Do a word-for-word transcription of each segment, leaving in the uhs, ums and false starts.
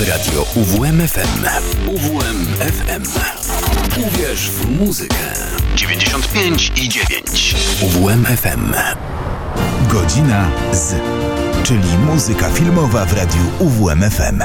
Radio U W M F M. U W M F M. Uwierz w muzykę. dziewięćdziesiąt pięć i dziewięć. U W M F M. Godzina z, czyli muzyka filmowa w Radiu U W M F M.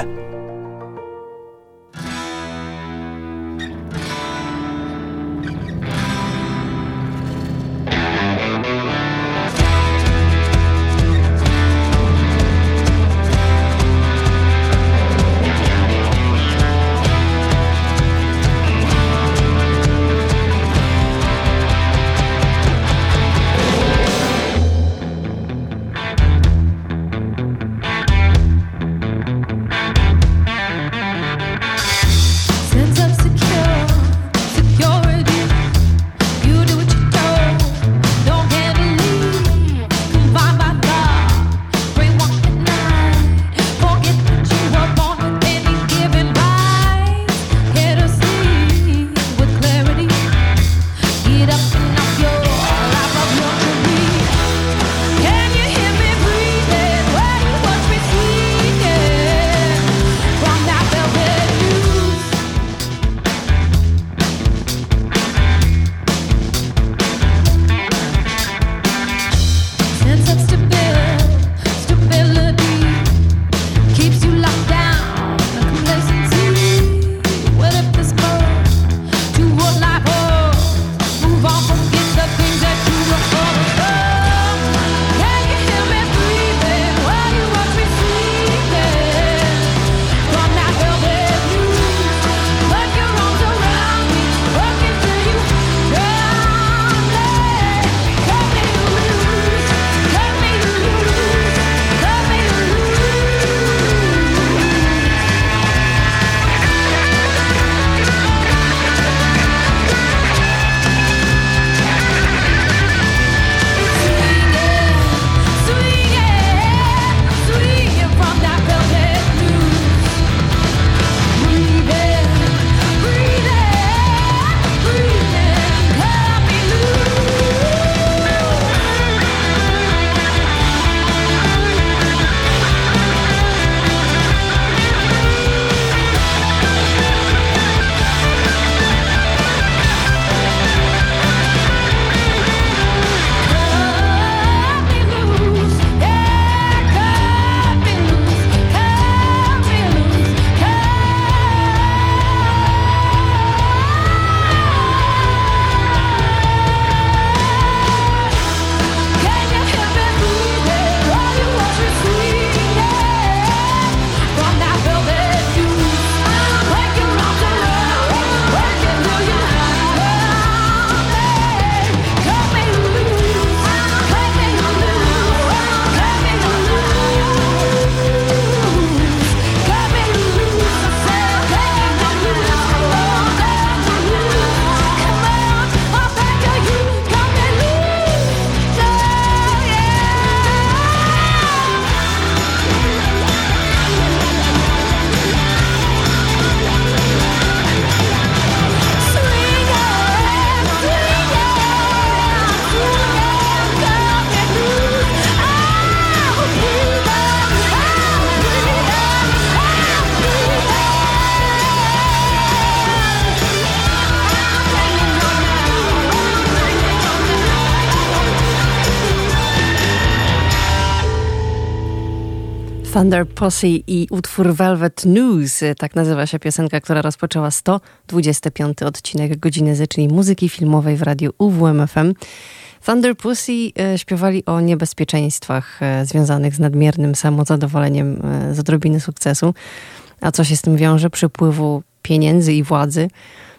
Thunder Posse i utwór Velvet News. Tak nazywa się piosenka, która rozpoczęła sto dwudziesty piąty odcinek Godziny Z, czyli muzyki filmowej w radiu U W M F M. Thunder Posse e, śpiewali o niebezpieczeństwach e, związanych z nadmiernym samozadowoleniem e, z odrobiny sukcesu. A co się z tym wiąże? Przypływu pieniędzy i władzy.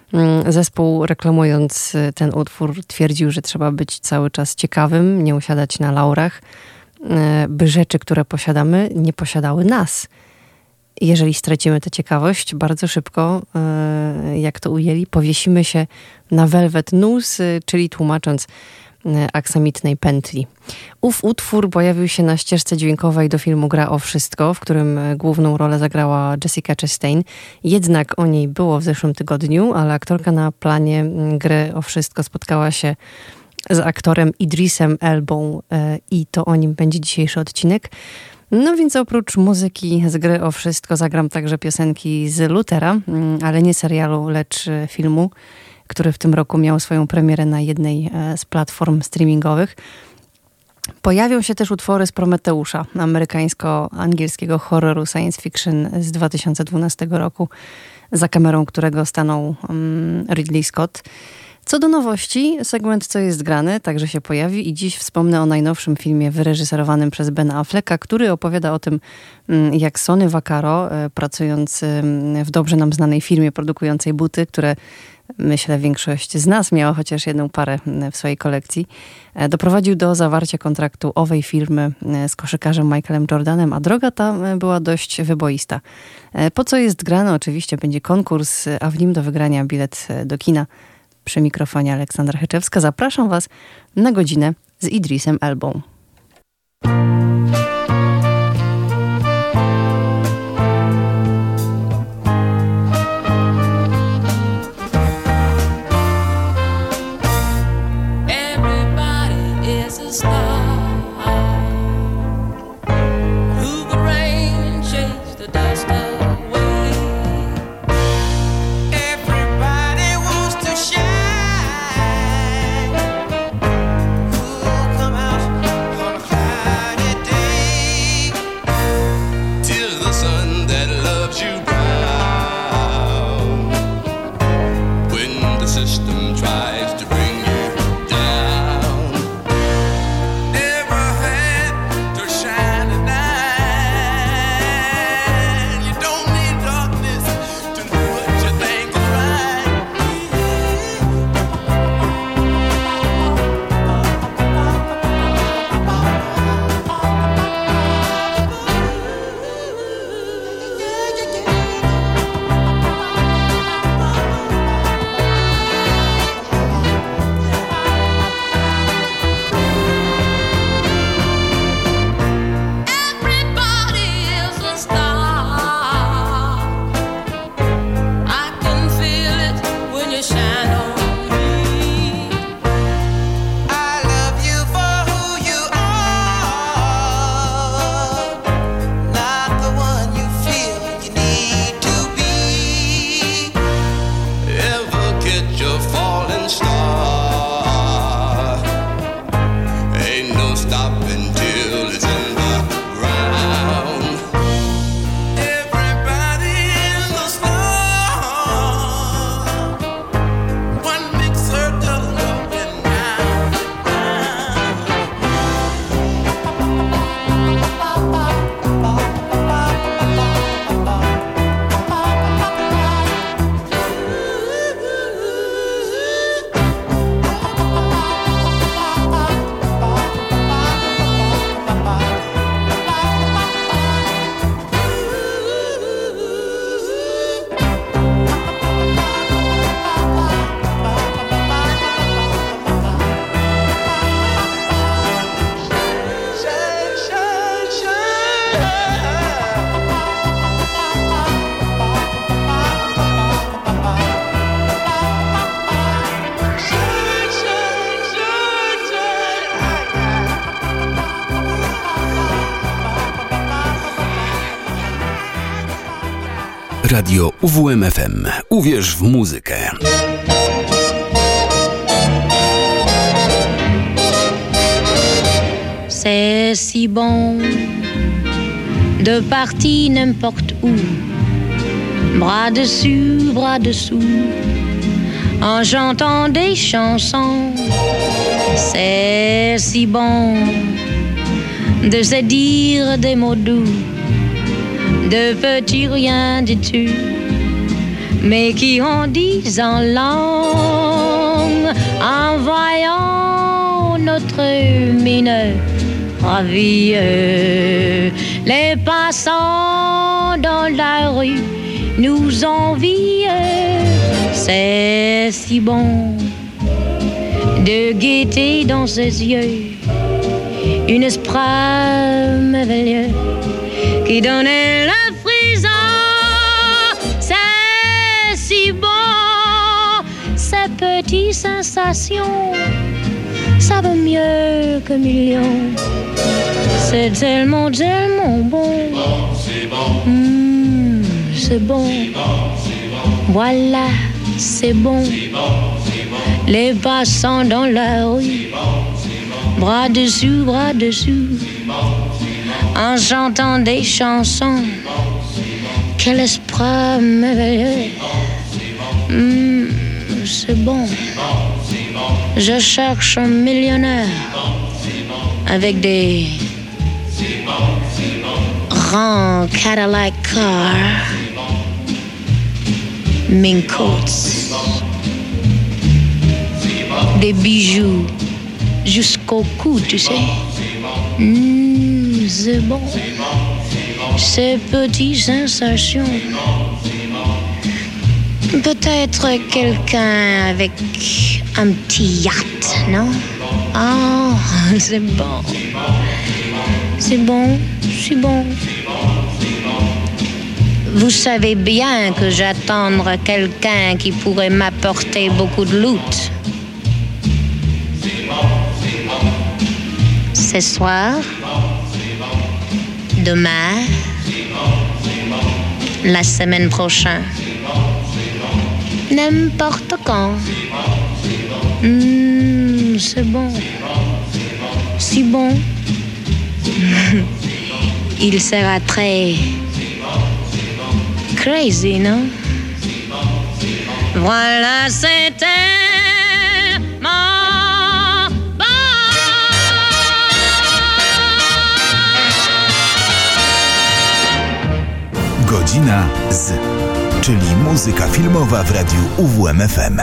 Zespół, reklamując ten utwór, twierdził, że trzeba być cały czas ciekawym, nie usiadać na laurach, by rzeczy, które posiadamy, nie posiadały nas. Jeżeli stracimy tę ciekawość, bardzo szybko, jak to ujęli, powiesimy się na Velvet News, czyli tłumacząc aksamitnej pętli. Ów utwór pojawił się na ścieżce dźwiękowej do filmu Gra o wszystko, w którym główną rolę zagrała Jessica Chastain. Jednak o niej było w zeszłym tygodniu, ale aktorka na planie Gry o wszystko spotkała się z aktorem Idrisem Elbą i to o nim będzie dzisiejszy odcinek. No więc oprócz muzyki z gry O Wszystko zagram także piosenki z Lutera, ale nie serialu, lecz filmu, który w tym roku miał swoją premierę na jednej z platform streamingowych. Pojawią się też utwory z Prometeusza, amerykańsko-angielskiego horroru science fiction z dwa tysiące dwunastego roku, za kamerą którego stanął Ridley Scott. Co do nowości, segment Co jest grane także się pojawi i dziś wspomnę o najnowszym filmie wyreżyserowanym przez Bena Afflecka, który opowiada o tym, jak Sonny Vaccaro, pracując w dobrze nam znanej firmie produkującej buty, które myślę większość z nas miała chociaż jedną parę w swojej kolekcji, doprowadził do zawarcia kontraktu owej firmy z koszykarzem Michaelem Jordanem, a droga ta była dość wyboista. Po Co jest grane oczywiście będzie konkurs, a w nim do wygrania bilet do kina. Przy mikrofonie Aleksandra Heczewska. Zapraszam Was na godzinę z Idrisem Elbą. Radio U W M F M. Uwierz w muzykę. C'est si bon de partir n'importe où, bras dessus, bras dessous, en chantant des chansons. C'est si bon de se dire des mots doux, de petits rien du tout, mais qui en disent en langue, en voyant notre mine ravie. Les passants dans la rue nous envient. C'est si bon de guetter dans ses yeux une esprit merveilleux qui donnait le frisson. C'est si bon, ces petites sensations, ça vaut mieux que millions. C'est tellement, tellement bon. C'est bon, mmh, c'est bon. Voilà, c'est bon. Les passants dans la rue, bras dessus, bras dessous, en chantant des chansons. Quel esprit merveilleux. Mmh, c'est bon. Je cherche un millionnaire avec des grands Cadillac cars, mink coats, des bijoux jusqu'au cou, tu sais. Mmh, c'est bon. Ces petites sensations. Peut-être quelqu'un avec un petit yacht, non? Ah, oh, c'est bon. C'est bon, c'est bon. Vous savez bien que j'attends quelqu'un qui pourrait m'apporter beaucoup de loot. Ce soir, demain, la semaine prochaine. N'importe quand. Mmh, c'est bon. Si bon. Il sera très crazy, non? Voilà, c'était mon bon. Godzina z, czyli muzyka filmowa w radiu U W M F M.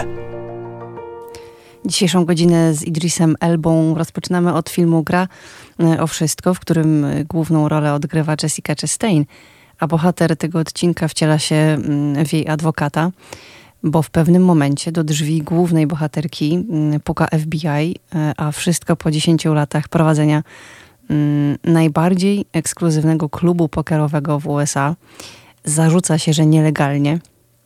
Dzisiejszą godzinę z Idrisem Elbą rozpoczynamy od filmu Gra o wszystko, w którym główną rolę odgrywa Jessica Chastain, a bohater tego odcinka wciela się w jej adwokata, bo w pewnym momencie do drzwi głównej bohaterki puka F B I, a wszystko po dziesięciu latach prowadzenia najbardziej ekskluzywnego klubu pokerowego w U S A. Zarzuca się, że nielegalnie.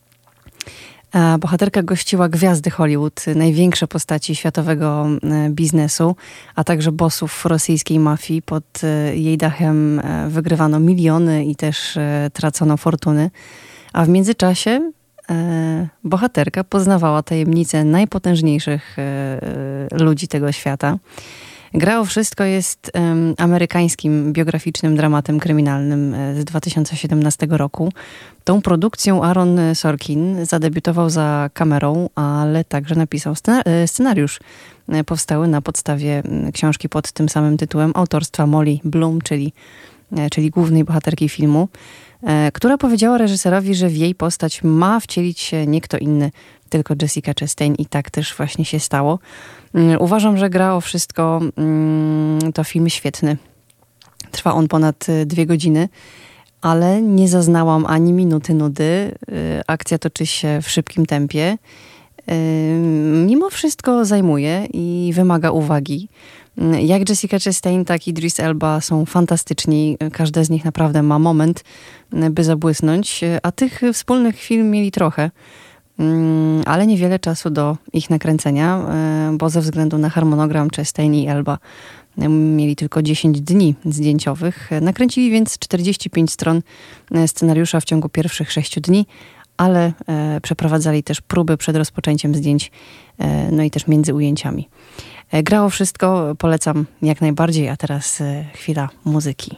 A bohaterka gościła gwiazdy Hollywood, największe postaci światowego biznesu, a także bossów rosyjskiej mafii. Pod jej dachem wygrywano miliony i też tracono fortuny. A w międzyczasie bohaterka poznawała tajemnice najpotężniejszych ludzi tego świata. Gra o wszystko jest um, amerykańskim biograficznym dramatem kryminalnym z dwa tysiące siedemnastego roku. Tą produkcją Aaron Sorkin zadebiutował za kamerą, ale także napisał scenariusz. Powstały na podstawie książki pod tym samym tytułem autorstwa Molly Bloom, czyli, czyli głównej bohaterki filmu, która powiedziała reżyserowi, że w jej postać ma wcielić się nie kto inny, tylko Jessica Chastain, i tak też właśnie się stało. Uważam, że Gra o wszystko to film świetny. Trwa on ponad dwie godziny, ale nie zaznałam ani minuty nudy. Akcja toczy się w szybkim tempie. Mimo wszystko zajmuje i wymaga uwagi. Jak Jessica Chastain, tak i Idris Elba są fantastyczni. Każdy z nich naprawdę ma moment, by zabłysnąć, a tych wspólnych chwil mieli trochę. Ale niewiele czasu do ich nakręcenia, bo ze względu na harmonogram Chastain i Elba mieli tylko dziesięć dni zdjęciowych. Nakręcili więc czterdzieści pięć stron scenariusza w ciągu pierwszych sześciu dni, ale przeprowadzali też próby przed rozpoczęciem zdjęć, no i też między ujęciami. Gra o wszystko, polecam jak najbardziej, a teraz chwila muzyki.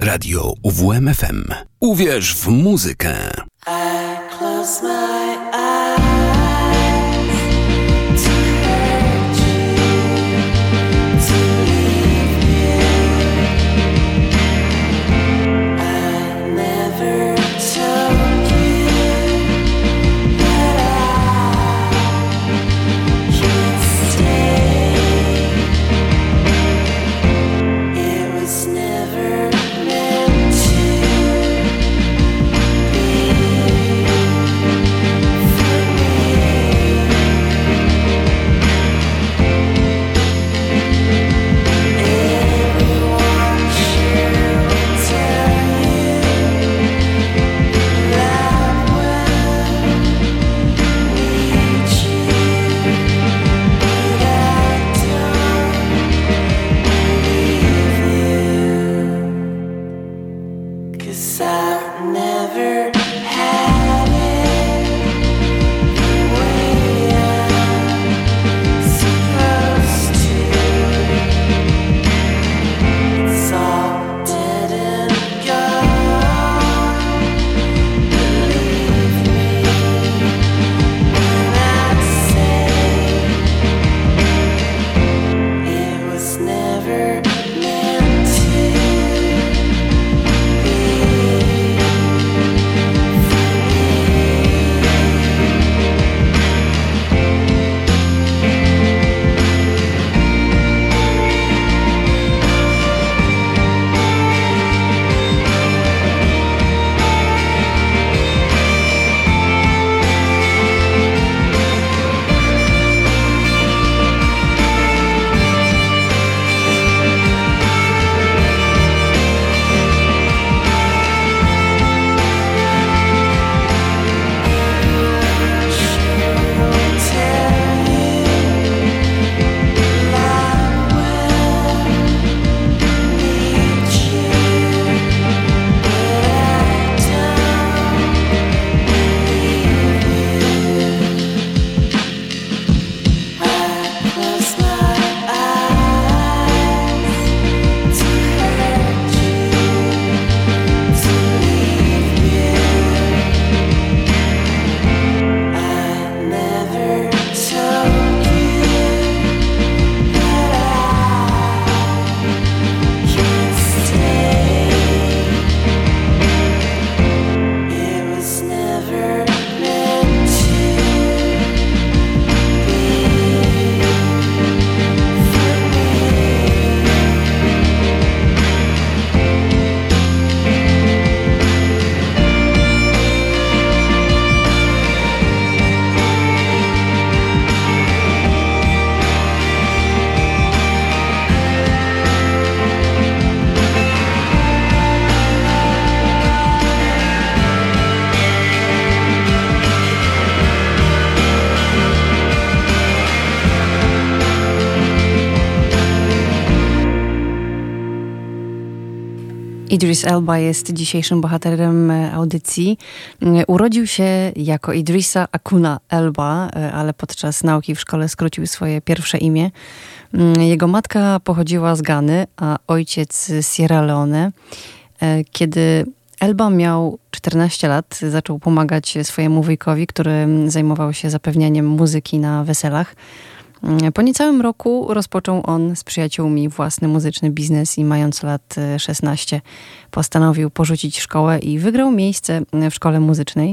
Radio U W M F M. Uwierz w muzykę. I close my eyes. Idris Elba jest dzisiejszym bohaterem audycji. Urodził się jako Idrissa Akuna Elba, ale podczas nauki w szkole skrócił swoje pierwsze imię. Jego matka pochodziła z Gany, a ojciec z Sierra Leone. Kiedy Elba miał czternaście lat, zaczął pomagać swojemu wujkowi, który zajmował się zapewnianiem muzyki na weselach. Po niecałym roku rozpoczął on z przyjaciółmi własny muzyczny biznes i mając lat szesnaście postanowił porzucić szkołę i wygrał miejsce w szkole muzycznej.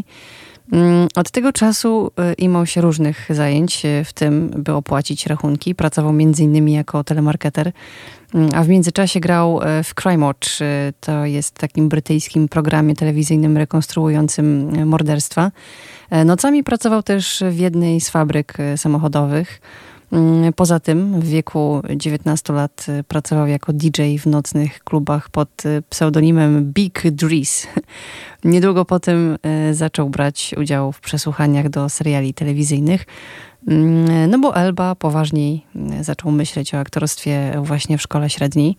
Od tego czasu imał się różnych zajęć, w tym by opłacić rachunki. Pracował między innymi jako telemarketer, a w międzyczasie grał w Crime Watch. To jest takim brytyjskim programie telewizyjnym rekonstruującym morderstwa. Nocami pracował też w jednej z fabryk samochodowych. Poza tym w wieku dziewiętnastu lat pracował jako D J w nocnych klubach pod pseudonimem Big Driss. Niedługo potem zaczął brać udział w przesłuchaniach do seriali telewizyjnych. No bo Elba poważniej zaczął myśleć o aktorstwie właśnie w szkole średniej.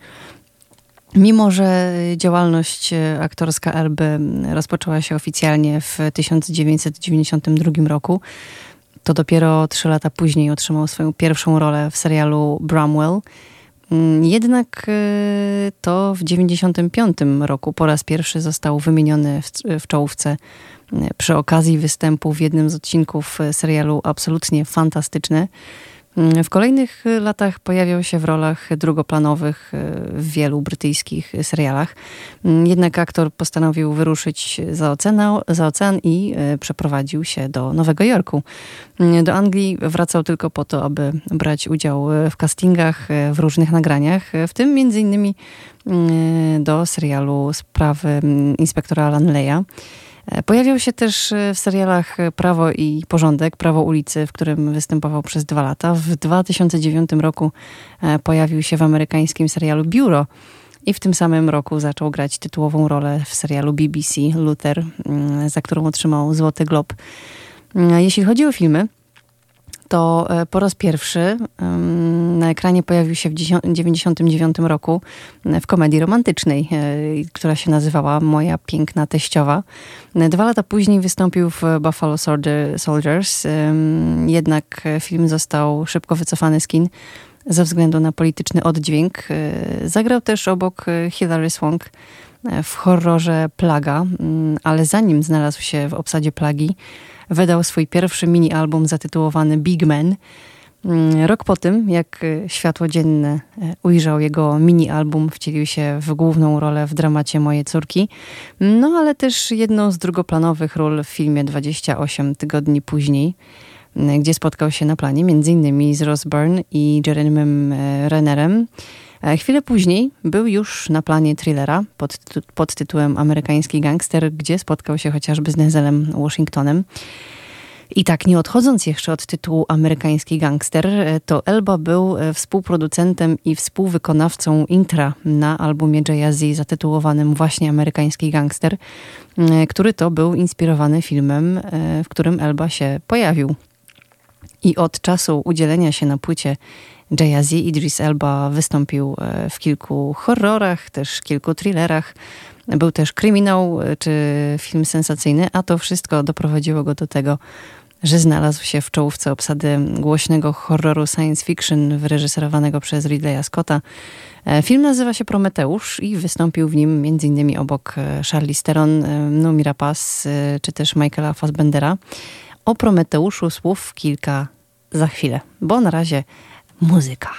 Mimo że działalność aktorska Elby rozpoczęła się oficjalnie w tysiąc dziewięćset dziewięćdziesiątym drugim roku, to dopiero trzy lata później otrzymał swoją pierwszą rolę w serialu Bramwell. Jednak to w dziewięćdziesiątym piątym roku po raz pierwszy został wymieniony w, w czołówce przy okazji występu w jednym z odcinków serialu Absolutnie Fantastyczny. W kolejnych latach pojawiał się w rolach drugoplanowych w wielu brytyjskich serialach. Jednak aktor postanowił wyruszyć za ocean, za ocean i przeprowadził się do Nowego Jorku. Do Anglii wracał tylko po to, aby brać udział w castingach, w różnych nagraniach, w tym między innymi do serialu Sprawy inspektora Alan Leya. Pojawiał się też w serialach Prawo i Porządek, Prawo ulicy, w którym występował przez dwa lata. W dwa tysiące dziewiątym roku pojawił się w amerykańskim serialu Biuro i w tym samym roku zaczął grać tytułową rolę w serialu B B C Luther, za którą otrzymał Złoty Glob. Jeśli chodzi o filmy, to po raz pierwszy na ekranie pojawił się w dziewięćdziesiątym dziewiątym roku w komedii romantycznej, która się nazywała Moja piękna teściowa. Dwa lata później wystąpił w Buffalo Soldiers, jednak film został szybko wycofany z kin ze względu na polityczny oddźwięk. Zagrał też obok Hilary Swank w horrorze Plaga, ale zanim znalazł się w obsadzie Plagi, wydał swój pierwszy mini-album zatytułowany Big Man. Rok po tym, jak światło dzienne ujrzał jego mini-album, wcielił się w główną rolę w dramacie Moje córki, no ale też jedną z drugoplanowych ról w filmie dwadzieścia osiem tygodni później, gdzie spotkał się na planie między innymi z Ross Byrne i Jeremym Rennerem. Chwilę później był już na planie thrillera pod, pod tytułem Amerykański Gangster, gdzie spotkał się chociażby z Denzelem Washingtonem. I tak, nie odchodząc jeszcze od tytułu Amerykański Gangster, to Elba był współproducentem i współwykonawcą intra na albumie Jay-Z zatytułowanym właśnie Amerykański Gangster, który to był inspirowany filmem, w którym Elba się pojawił. I od czasu udzielenia się na płycie Jay-Z Idris Elba wystąpił w kilku horrorach, też kilku thrillerach. Był też kryminał czy film sensacyjny, a to wszystko doprowadziło go do tego, że znalazł się w czołówce obsady głośnego horroru science fiction wyreżyserowanego przez Ridleya Scotta. Film nazywa się Prometeusz i wystąpił w nim między innymi obok Charlize Theron, Noomi Rapace czy też Michaela Fassbendera. O Prometeuszu słów kilka za chwilę, bo na razie muzyka.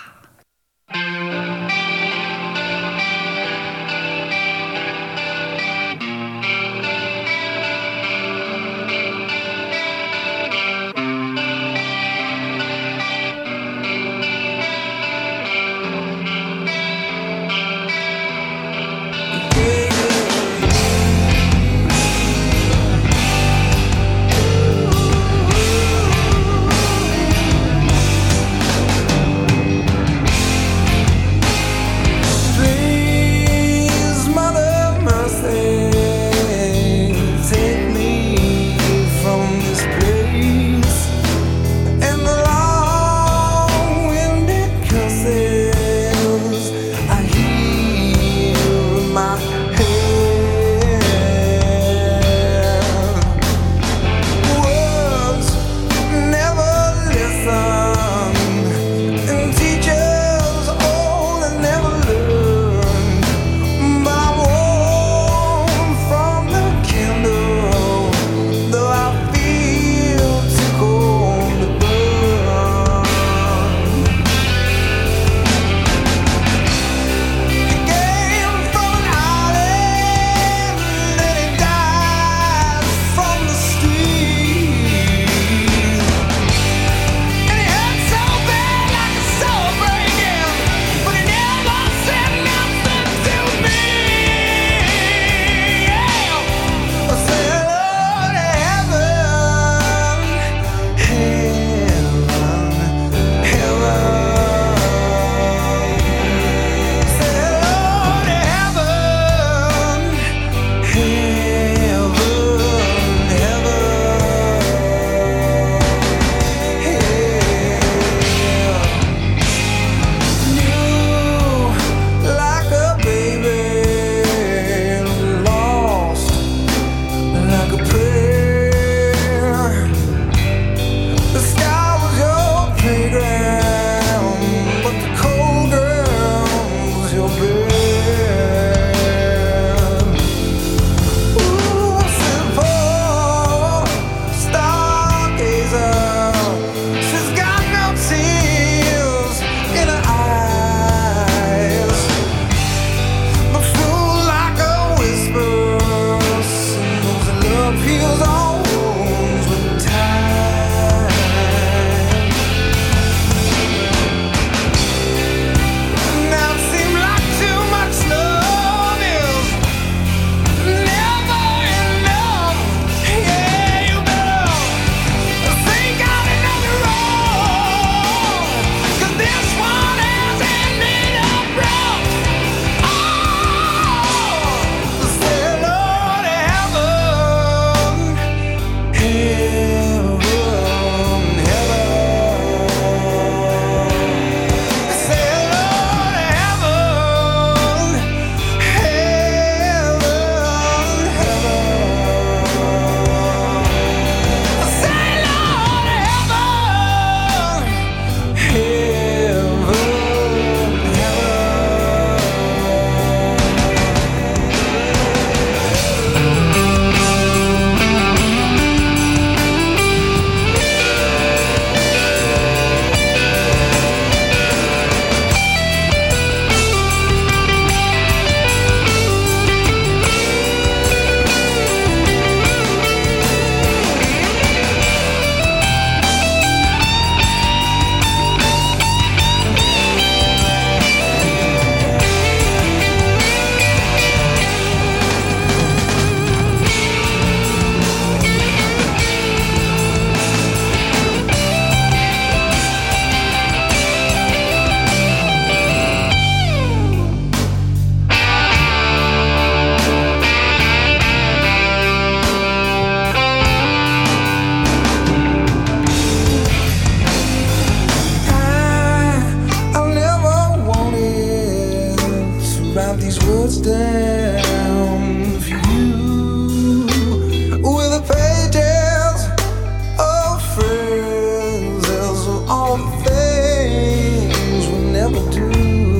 write these words down for you with the pages of phrases of all the things we never do.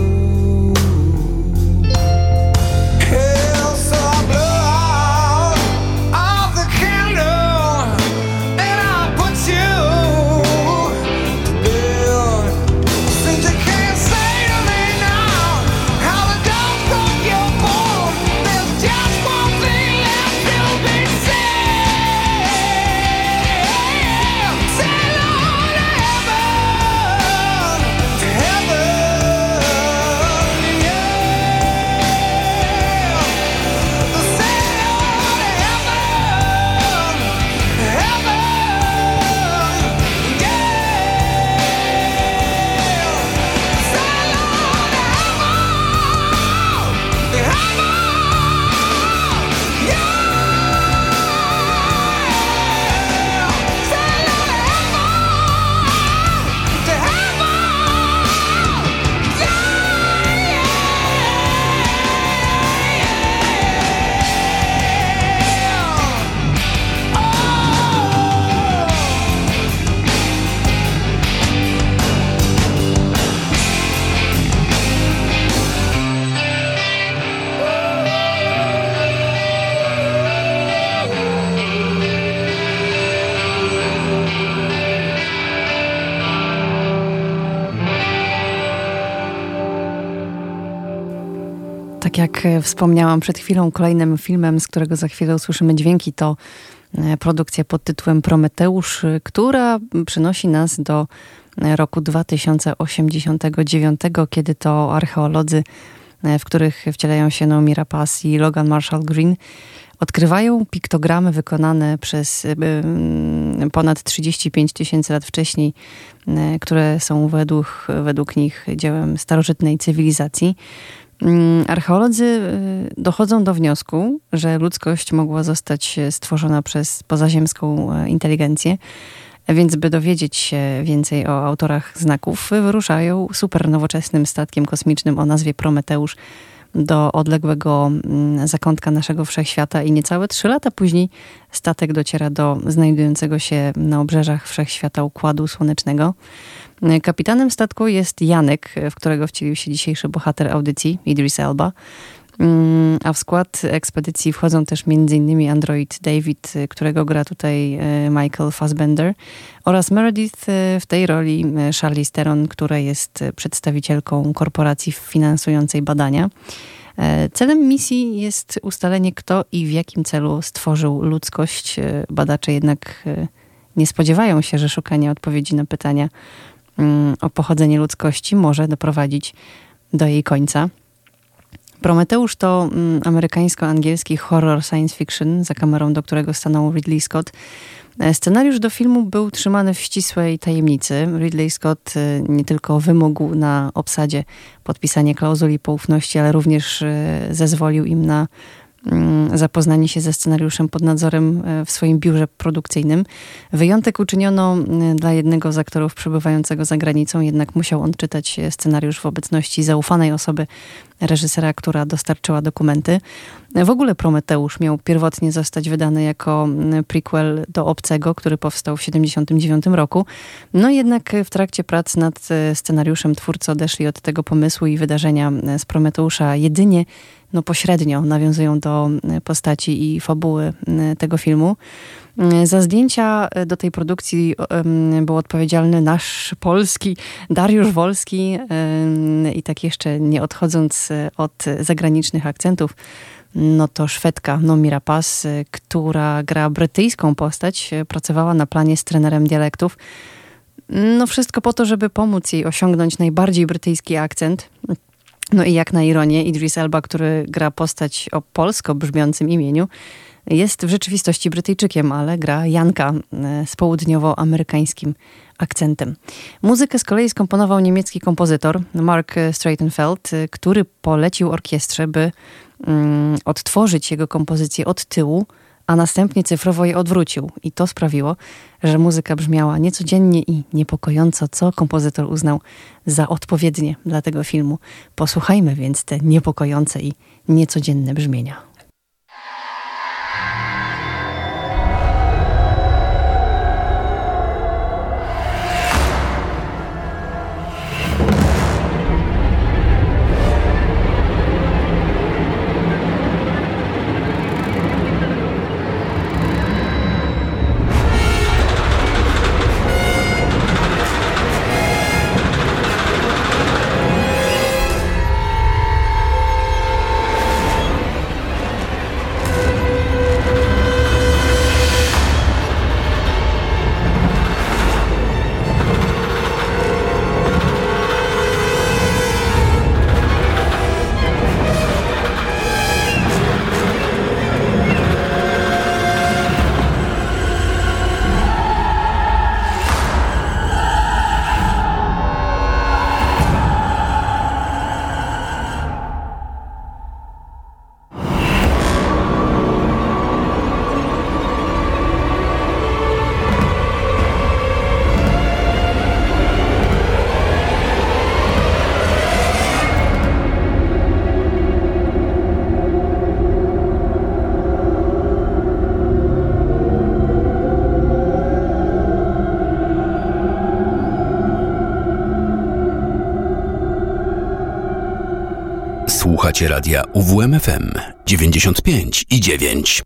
Hell, so I blow out all the candle and I'll put you to bed. Since you can't say to me now how the dog broke your bone, there's just one thing left to be said. Say Lord to heaven, to heaven, yeah. Say Lord to heaven, heaven, yeah. Say Lord to heaven, heaven, yeah. Tak jak e, wspomniałam przed chwilą, kolejnym filmem, z którego za chwilę usłyszymy dźwięki, to e, produkcja pod tytułem Prometeusz, e, która przynosi nas do e, roku dwa tysiące osiemdziesiątego dziewiątego, kiedy to archeolodzy, e, w których wcielają się Noomi Rapace i Logan Marshall Green, odkrywają piktogramy wykonane przez e, m, ponad trzydzieści pięć tysięcy lat wcześniej, e, które są według, według nich dziełem starożytnej cywilizacji. Mm, Archeolodzy y, dochodzą do wniosku, że ludzkość mogła zostać stworzona przez pozaziemską e, inteligencję, więc by dowiedzieć się więcej o autorach znaków, wyruszają supernowoczesnym statkiem kosmicznym o nazwie Prometeusz do odległego mm, zakątka naszego wszechświata i niecałe trzy lata później statek dociera do znajdującego się na obrzeżach wszechświata Układu Słonecznego. Kapitanem statku jest Janek, w którego wcielił się dzisiejszy bohater audycji, Idris Elba. A w skład ekspedycji wchodzą też między innymi android David, którego gra tutaj Michael Fassbender, oraz Meredith, w tej roli Charlize Theron, która jest przedstawicielką korporacji finansującej badania. Celem misji jest ustalenie, kto i w jakim celu stworzył ludzkość. Badacze jednak nie spodziewają się, że szukanie odpowiedzi na pytania o pochodzenie ludzkości może doprowadzić do jej końca. Prometeusz to mm, amerykańsko-angielski horror science fiction, za kamerą do którego stanął Ridley Scott. Scenariusz do filmu był trzymany w ścisłej tajemnicy. Ridley Scott y, nie tylko wymógł na obsadzie podpisanie klauzuli poufności, ale również y, zezwolił im na zapoznanie się ze scenariuszem pod nadzorem w swoim biurze produkcyjnym. Wyjątek uczyniono dla jednego z aktorów przebywającego za granicą, jednak musiał on czytać scenariusz w obecności zaufanej osoby reżysera, która dostarczyła dokumenty. W ogóle Prometeusz miał pierwotnie zostać wydany jako prequel do Obcego, który powstał w siedemdziesiątym dziewiątym roku. No jednak w trakcie prac nad scenariuszem twórcy odeszli od tego pomysłu i wydarzenia z Prometeusza jedynie no pośrednio nawiązują do postaci i fabuły tego filmu. Za zdjęcia do tej produkcji był odpowiedzialny nasz polski Dariusz Wolski i tak jeszcze nie odchodząc od zagranicznych akcentów, no to Szwedka Noomi Rapace, która gra brytyjską postać, pracowała na planie z trenerem dialektów. No wszystko po to, żeby pomóc jej osiągnąć najbardziej brytyjski akcent. No i jak na ironię, Idris Elba, który gra postać o polsko brzmiącym imieniu, jest w rzeczywistości Brytyjczykiem, ale gra Janka z południowoamerykańskim akcentem. Muzykę z kolei skomponował niemiecki kompozytor Mark Streitenfeld, który polecił orkiestrze, by um, odtworzyć jego kompozycję od tyłu, a następnie cyfrowo je odwrócił. I to sprawiło, że muzyka brzmiała niecodziennie i niepokojąco, co kompozytor uznał za odpowiednie dla tego filmu. Posłuchajmy więc te niepokojące i niecodzienne brzmienia. Słuchacie radia U W M F M dziewięćdziesiąt pięć i dziewięć.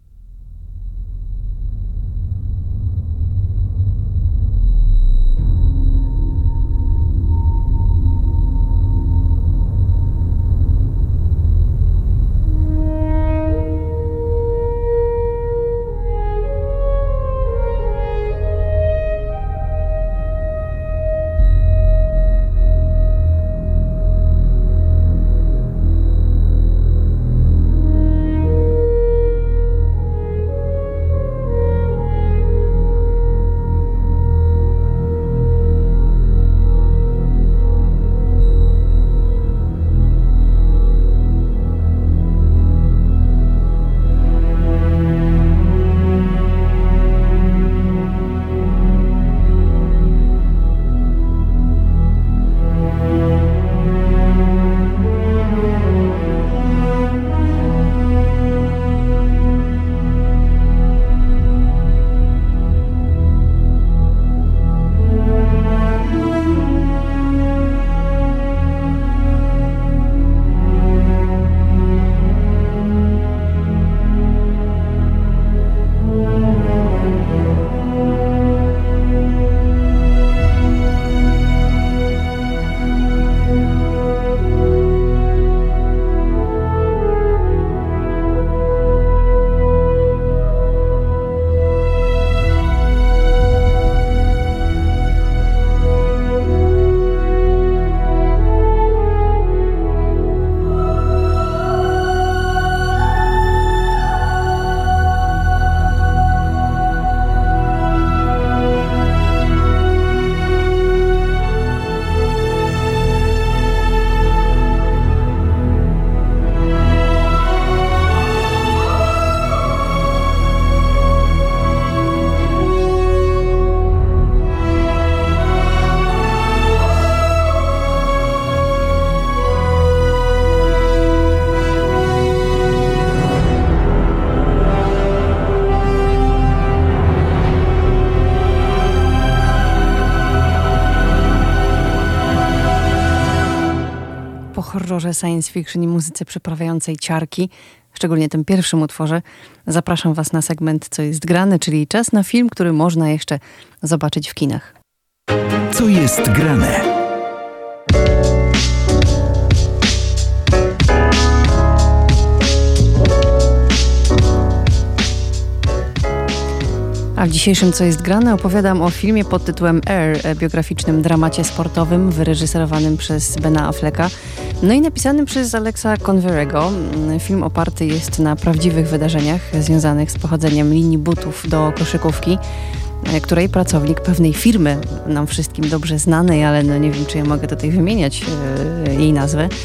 horrorze science fiction i muzyce przyprawiającej ciarki, szczególnie tym pierwszym utworze, zapraszam Was na segment Co jest grane, czyli czas na film, który można jeszcze zobaczyć w kinach. Co jest grane? A w dzisiejszym Co jest grane opowiadam o filmie pod tytułem Air, biograficznym dramacie sportowym wyreżyserowanym przez Bena Afflecka, no i napisanym przez Alexa Converego. Film oparty jest na prawdziwych wydarzeniach związanych z pochodzeniem linii butów do koszykówki, której pracownik pewnej firmy, nam wszystkim dobrze znanej, ale no nie wiem, czy ja mogę tutaj wymieniać yy, jej nazwę,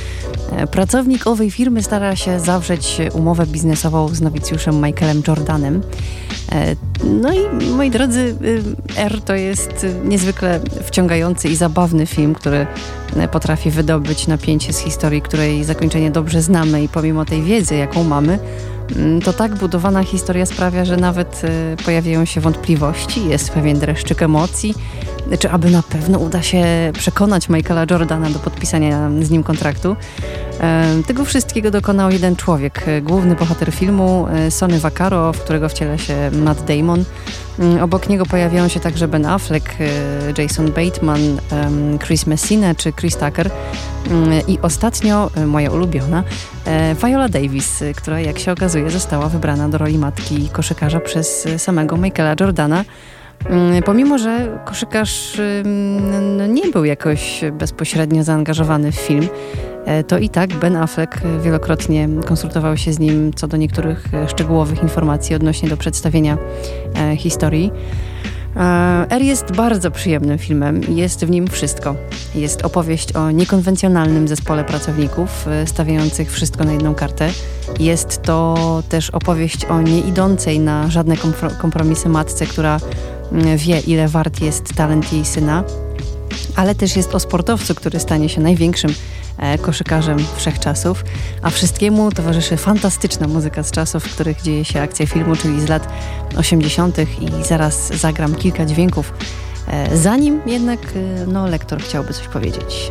Pracownik owej firmy stara się zawrzeć umowę biznesową z nowicjuszem Michaelem Jordanem. No i moi drodzy, R to jest niezwykle wciągający i zabawny film, który potrafi wydobyć napięcie z historii, której zakończenie dobrze znamy i pomimo tej wiedzy, jaką mamy, to tak budowana historia sprawia, że nawet pojawiają się wątpliwości, jest pewien dreszczyk emocji, czy aby na pewno uda się przekonać Michaela Jordana do podpisania z nim kontraktu. Tego wszystkiego dokonał jeden człowiek, główny bohater filmu, Sonny Vaccaro, w którego wciela się Matt Damon. Obok niego pojawiają się także Ben Affleck, Jason Bateman, Chris Messina czy Chris Tucker i ostatnio, moja ulubiona, Viola Davis, która jak się okazuje została wybrana do roli matki koszykarza przez samego Michaela Jordana. Pomimo że koszykarz no, nie był jakoś bezpośrednio zaangażowany w film, to i tak Ben Affleck wielokrotnie konsultował się z nim co do niektórych szczegółowych informacji odnośnie do przedstawienia e, historii. R jest bardzo przyjemnym filmem i jest w nim wszystko. Jest opowieść o niekonwencjonalnym zespole pracowników stawiających wszystko na jedną kartę. Jest to też opowieść o nieidącej na żadne kompromisy matce, która wie, ile wart jest talent jej syna, ale też jest o sportowcu, który stanie się największym koszykarzem wszechczasów, a wszystkiemu towarzyszy fantastyczna muzyka z czasów, w których dzieje się akcja filmu, czyli z lat osiemdziesiątych i zaraz zagram kilka dźwięków. Zanim jednak no, lektor chciałby coś powiedzieć.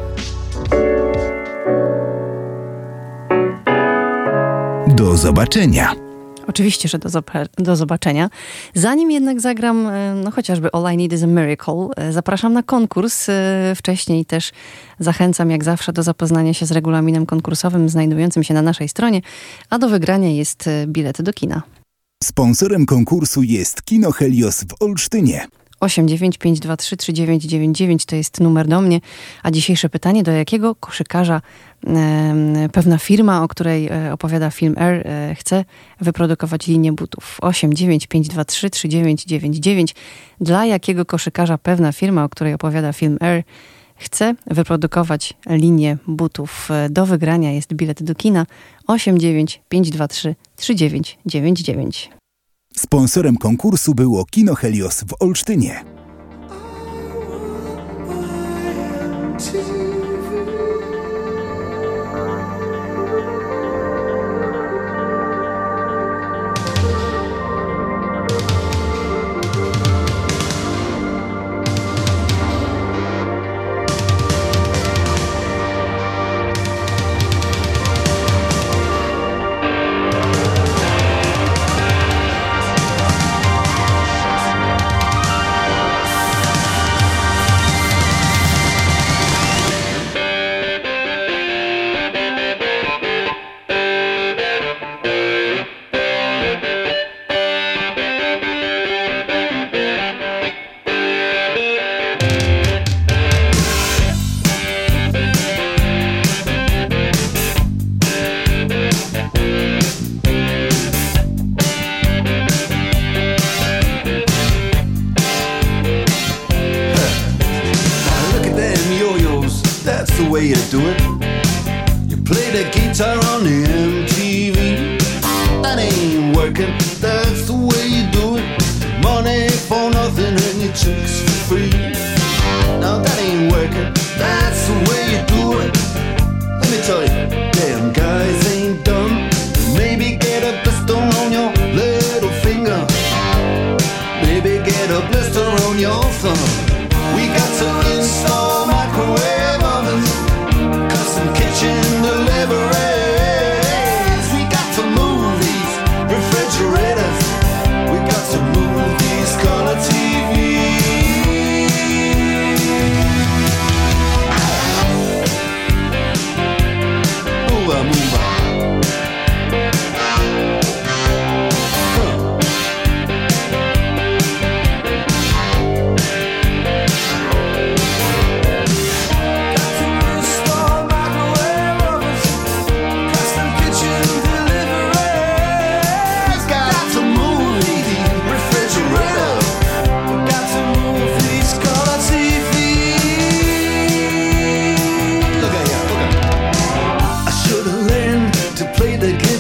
Do zobaczenia. Oczywiście, że do, do zobaczenia. Zanim jednak zagram, no chociażby All I Need Is a Miracle, zapraszam na konkurs. Wcześniej też zachęcam jak zawsze do zapoznania się z regulaminem konkursowym znajdującym się na naszej stronie, a do wygrania jest bilet do kina. Sponsorem konkursu jest Kino Helios w Olsztynie. osiem dziewięć pięć dwa trzy trzy dziewięć dziewięć dziewięć to jest numer do mnie, a dzisiejsze pytanie, do jakiego koszykarza e, pewna firma, o której e, opowiada film R, e, chce wyprodukować linię butów. osiem dziewięć pięć dwa trzy trzy dziewięć dziewięć dziewięć. Dla jakiego koszykarza pewna firma, o której opowiada film R, chce wyprodukować linię butów. Do wygrania jest bilet do kina osiem dziewięć pięć dwa trzy trzy dziewięć dziewięć dziewięć. Sponsorem konkursu było Kino Helios w Olsztynie.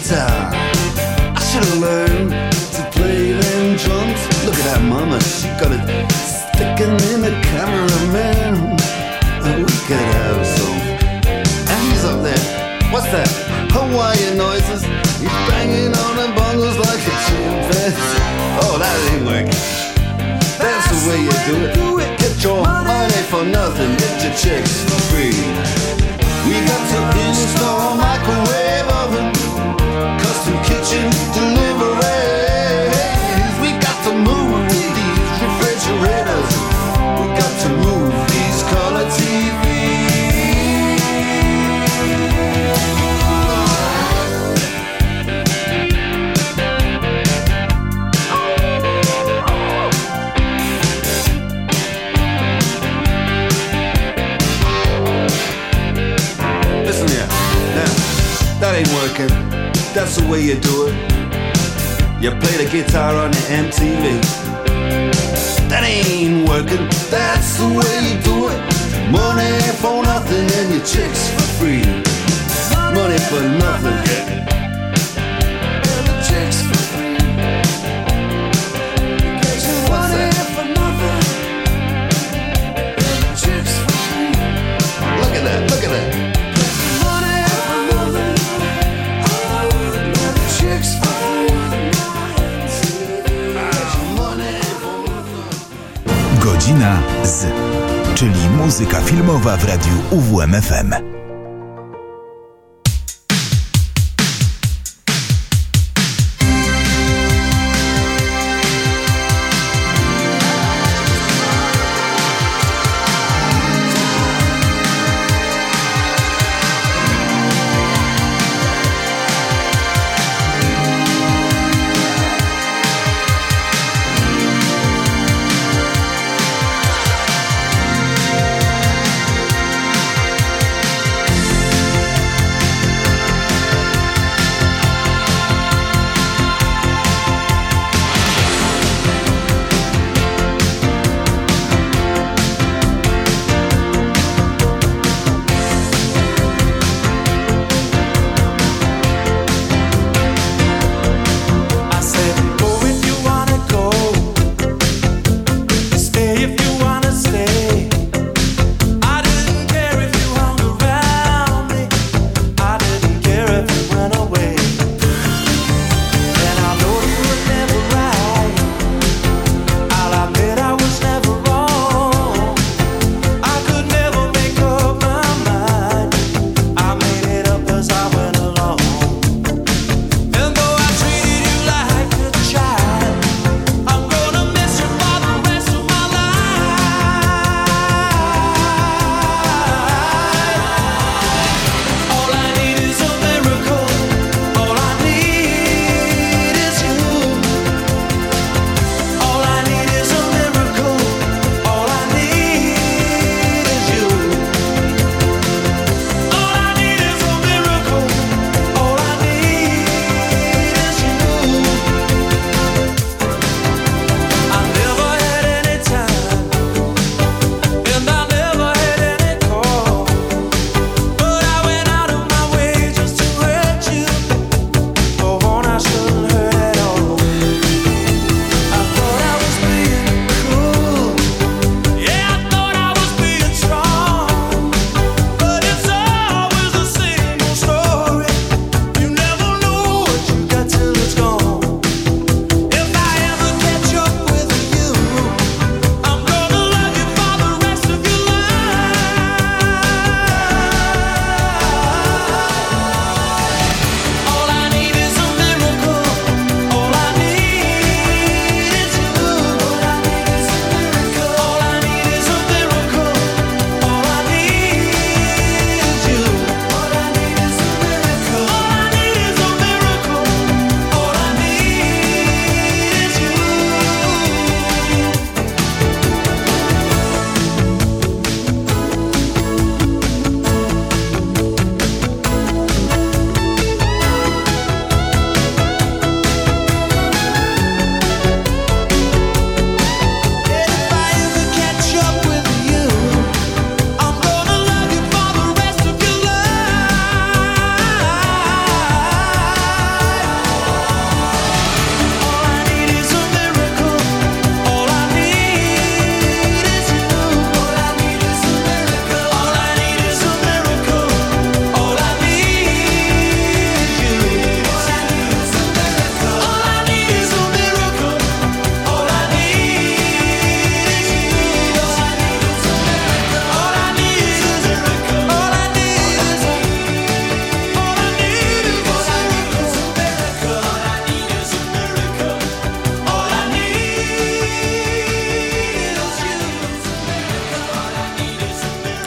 guitar. I should've learned to play them drums. Look at that mama, she got it sticking in the cameraman. And we could have some. And he's up there, what's that? Hawaiian noises. He's banging on the bongos like a chimpanzee. Oh, that ain't working. That's the way you do it. Get your money for nothing, get your chicks for free. We got to install a microwave oven, custom kitchen deliveries. We got to move these refrigerators. We got to move these color T Vs. Listen here, now, that ain't working. That's the way you do it. You play the guitar on the M T V. That ain't working. That's the way you do it. Money for nothing and your chicks for free. Money for nothing, yeah. And the chicks for free. Get your money for nothing and the chicks for free. Look at that, look at that. Money for nothing and the chicks for free. Money for nothing. Godzina z, czyli muzyka filmowa w radiu U W M F M.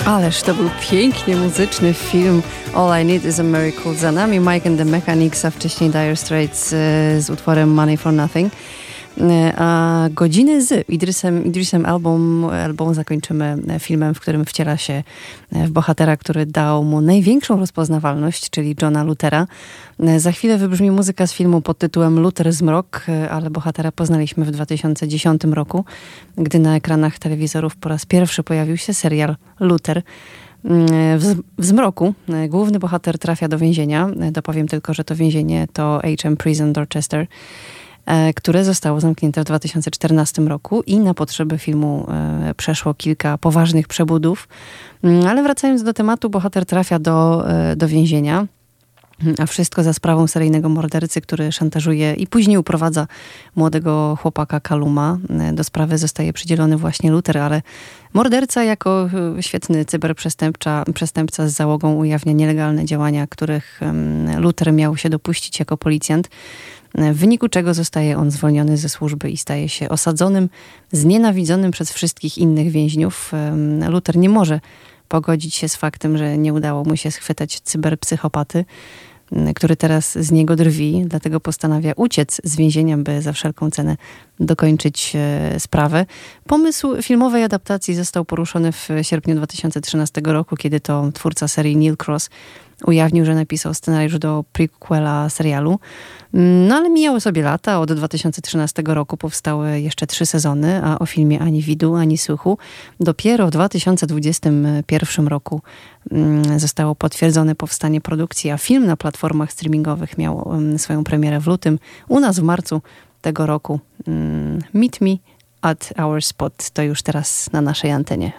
Ależ to był pięknie muzyczny film All I Need Is a Miracle. Za nami Mike and the Mechanics, a wcześniej Dire Straits z utworem Money for Nothing. A godziny z Idrisem, Idrisem Elbą, Elbą zakończymy filmem, w którym wciela się w bohatera, który dał mu największą rozpoznawalność, czyli Johna Luthera. Za chwilę wybrzmi muzyka z filmu pod tytułem Luther Zmrok, ale bohatera poznaliśmy w dwa tysiące dziesiątym roku, gdy na ekranach telewizorów po raz pierwszy pojawił się serial Luther. W, w zmroku główny bohater trafia do więzienia. Dopowiem tylko, że to więzienie to H M Prison Dorchester, które zostało zamknięte w dwa tysiące czternastym roku i na potrzeby filmu e, przeszło kilka poważnych przebudów. Ale wracając do tematu, bohater trafia do, e, do więzienia, a wszystko za sprawą seryjnego mordercy, który szantażuje i później uprowadza młodego chłopaka Kaluma. Do sprawy zostaje przydzielony właśnie Luther, ale morderca jako świetny cyberprzestępca przestępca z załogą ujawnia nielegalne działania, których Luther miał się dopuścić jako policjant, w wyniku czego zostaje on zwolniony ze służby i staje się osadzonym, znienawidzonym przez wszystkich innych więźniów. Luther nie może pogodzić się z faktem, że nie udało mu się schwytać cyberpsychopaty, który teraz z niego drwi, dlatego postanawia uciec z więzienia, by za wszelką cenę dokończyć e, sprawę. Pomysł filmowej adaptacji został poruszony w sierpniu dwa tysiące trzynastego roku, kiedy to twórca serii Neil Cross ujawnił, że napisał scenariusz do prequela serialu. No ale mijały sobie lata. Od dwa tysiące trzynastego roku powstały jeszcze trzy sezony, a o filmie ani widu, ani słuchu. Dopiero w dwa tysiące dwudziestym pierwszym roku zostało potwierdzone powstanie produkcji, a film na platformach streamingowych miał swoją premierę w lutym. U nas w marcu tego roku. Meet me at our spot. To już teraz na naszej antenie.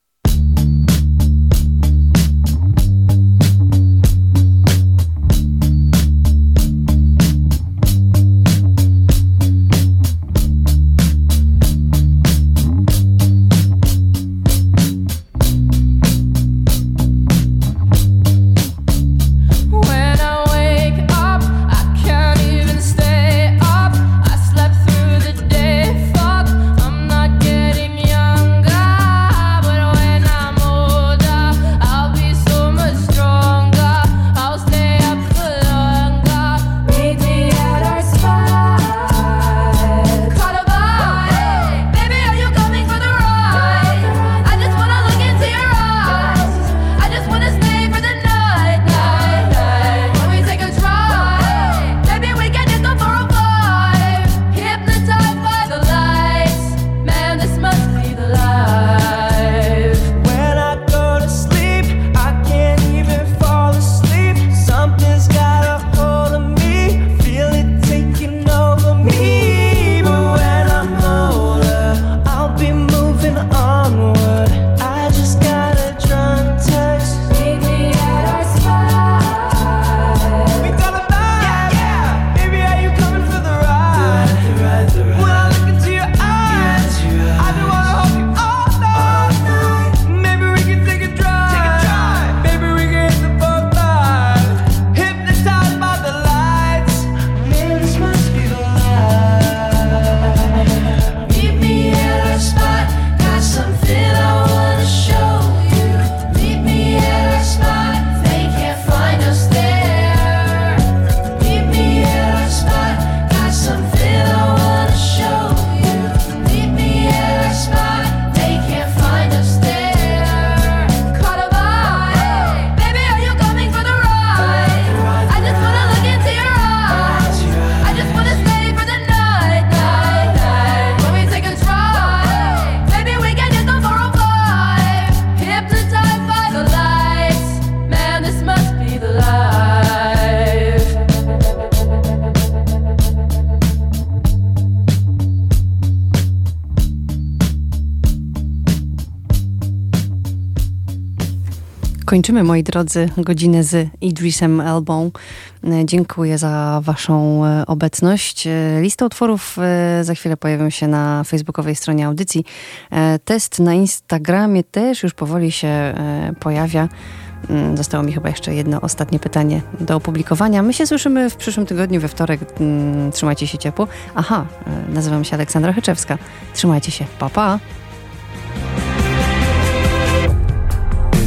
Kończymy, moi drodzy, godzinę z Idrisem Elbą. Dziękuję za waszą obecność. Lista utworów za chwilę pojawią się na facebookowej stronie audycji. Test na Instagramie też już powoli się pojawia. Zostało mi chyba jeszcze jedno ostatnie pytanie do opublikowania. My się słyszymy w przyszłym tygodniu, we wtorek. Trzymajcie się ciepło. Aha, nazywam się Aleksandra Hyczewska. Trzymajcie się. Pa, pa.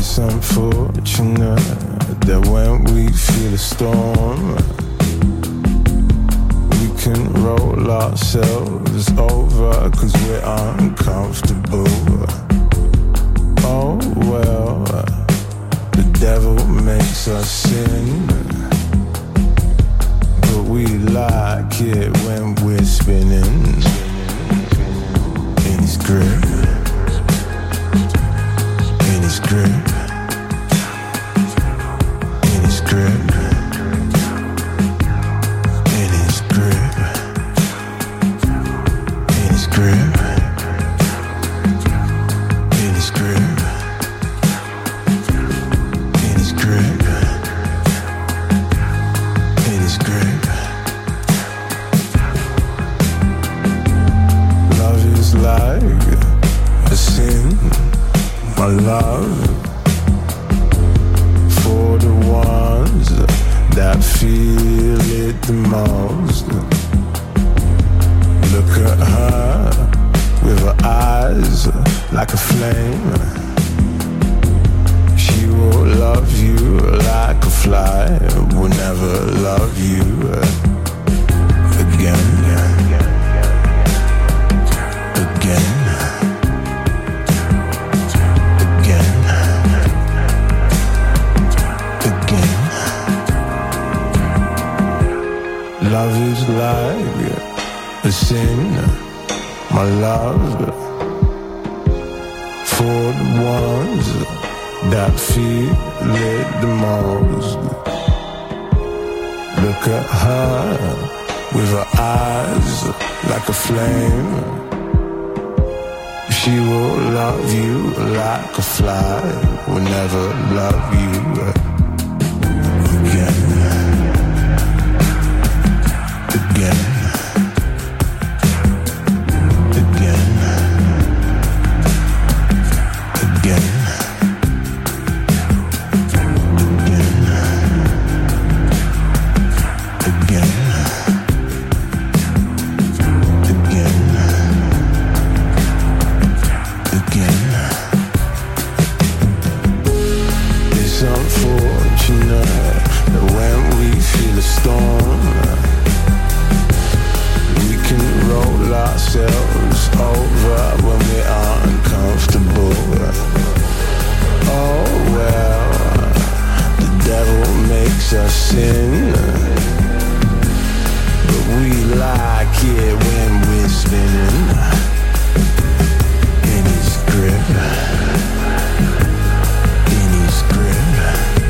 unfortunate that when we feel a storm, we can roll ourselves over cause we're uncomfortable. Oh well, the devil makes us sin, but we like it when we're spinning in his grip, in his grip, in his grip, in his grip, in his grip, in his grip, in his grip, in his grip. Love is like a sin, my love, for the ones that feel it the most. Look at her with her eyes like a flame. She will love you like a fly, will never love you again, again, again. Love is like a sin, my love, for the ones that feel it the most. Look at her with her eyes like a flame. She will love you like a fly, will never love you again. Again, again, again, again, again, again, again. It's unfortunate that when we feel a storm, roll ourselves over when we're uncomfortable. Oh well, the devil makes us sin, but we like it when we're spinning in his grip, in his grip,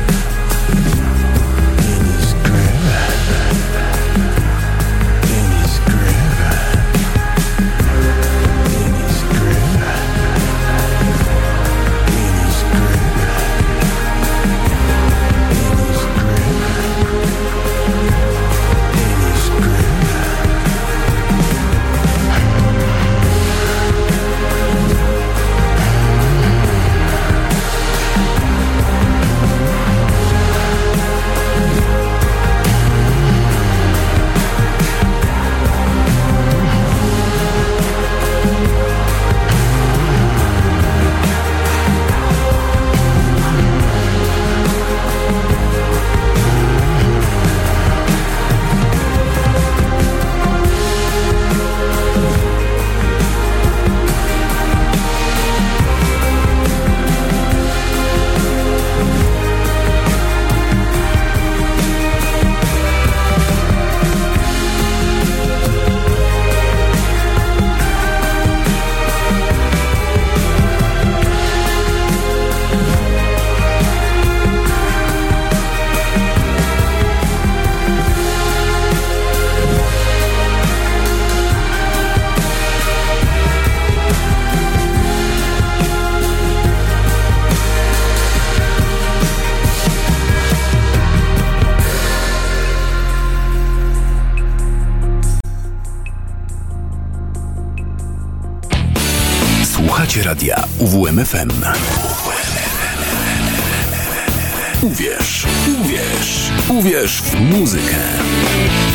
in his grip, in his grip. Radia U W M F M. Uwierz, uwierz, uwierz w muzykę.